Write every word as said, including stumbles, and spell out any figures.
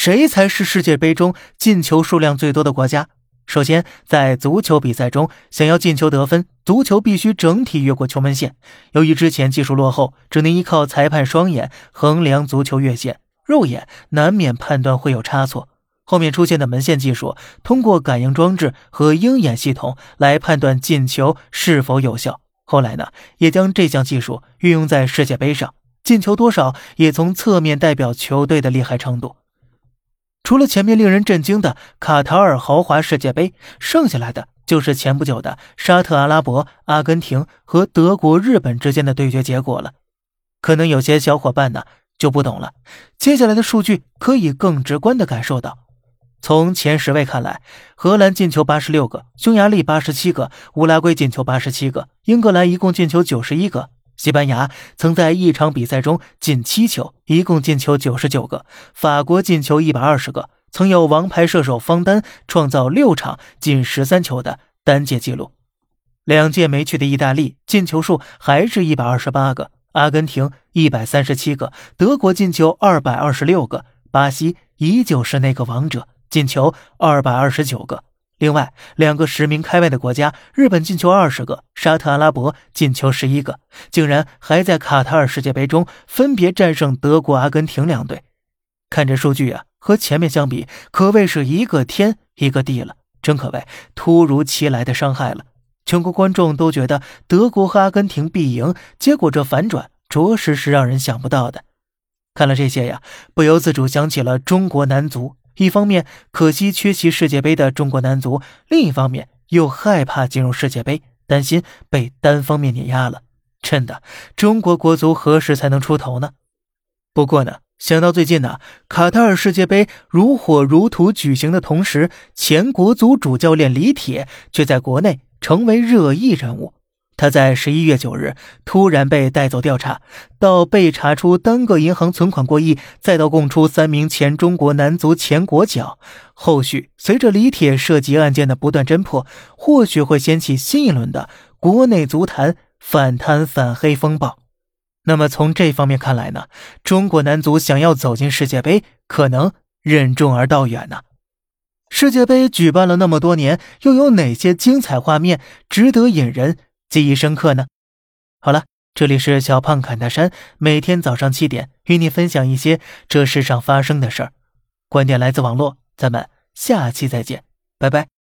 谁才是世界杯中进球数量最多的国家？首先，在足球比赛中，想要进球得分，足球必须整体越过球门线。由于之前技术落后，只能依靠裁判双眼衡量足球越线，肉眼难免判断会有差错。后面出现的门线技术，通过感应装置和鹰眼系统来判断进球是否有效。后来呢，也将这项技术运用在世界杯上，进球多少也从侧面代表球队的厉害程度。除了前面令人震惊的卡塔尔豪华世界杯，剩下来的就是前不久的沙特阿拉伯、阿根廷和德国、日本之间的对决结果了。可能有些小伙伴呢就不懂了，接下来的数据可以更直观地感受到。从前十位看来，荷兰进球八十六个，匈牙利八十七个，乌拉圭进球八十七个，英格兰一共进球九十一个。西班牙曾在一场比赛中进七球，一共进球九十九个，法国进球一百二十个，曾有王牌射手方丹创造六场进十三球的单届纪录。两届没去的意大利进球数还是一百二十八个，阿根廷一百三十七个，德国进球二百二十六个，巴西依旧是那个王者，进球二百二十九个。另外两个十名开外的国家，日本进球二十个，沙特阿拉伯进球十一个，竟然还在卡塔尔世界杯中分别战胜德国、阿根廷两队。看这数据啊，和前面相比可谓是一个天一个地了，真可谓突如其来的伤害了。全国观众都觉得德国和阿根廷必赢，结果这反转着实是让人想不到的。看了这些呀，不由自主想起了中国男足。一方面可惜缺席世界杯的中国男足，另一方面又害怕进入世界杯，担心被单方面碾压了。真的，中国国足何时才能出头呢？不过呢，想到最近呢，卡塔尔世界杯如火如荼举行的同时，前国足主教练李铁却在国内成为热议人物。他在十一月九日突然被带走调查，到被查出单个银行存款过亿，再到供出三名前中国男足前国脚。后续随着李铁涉及案件的不断侦破，或许会掀起新一轮的国内足坛反贪反黑风暴。那么从这方面看来呢，中国男足想要走进世界杯，可能任重而道远呢。世界杯举办了那么多年，又有哪些精彩画面值得引人记忆深刻呢？好了，这里是小胖侃大山，每天早上七点与你分享一些这世上发生的事儿。观点来自网络，咱们下期再见，拜拜。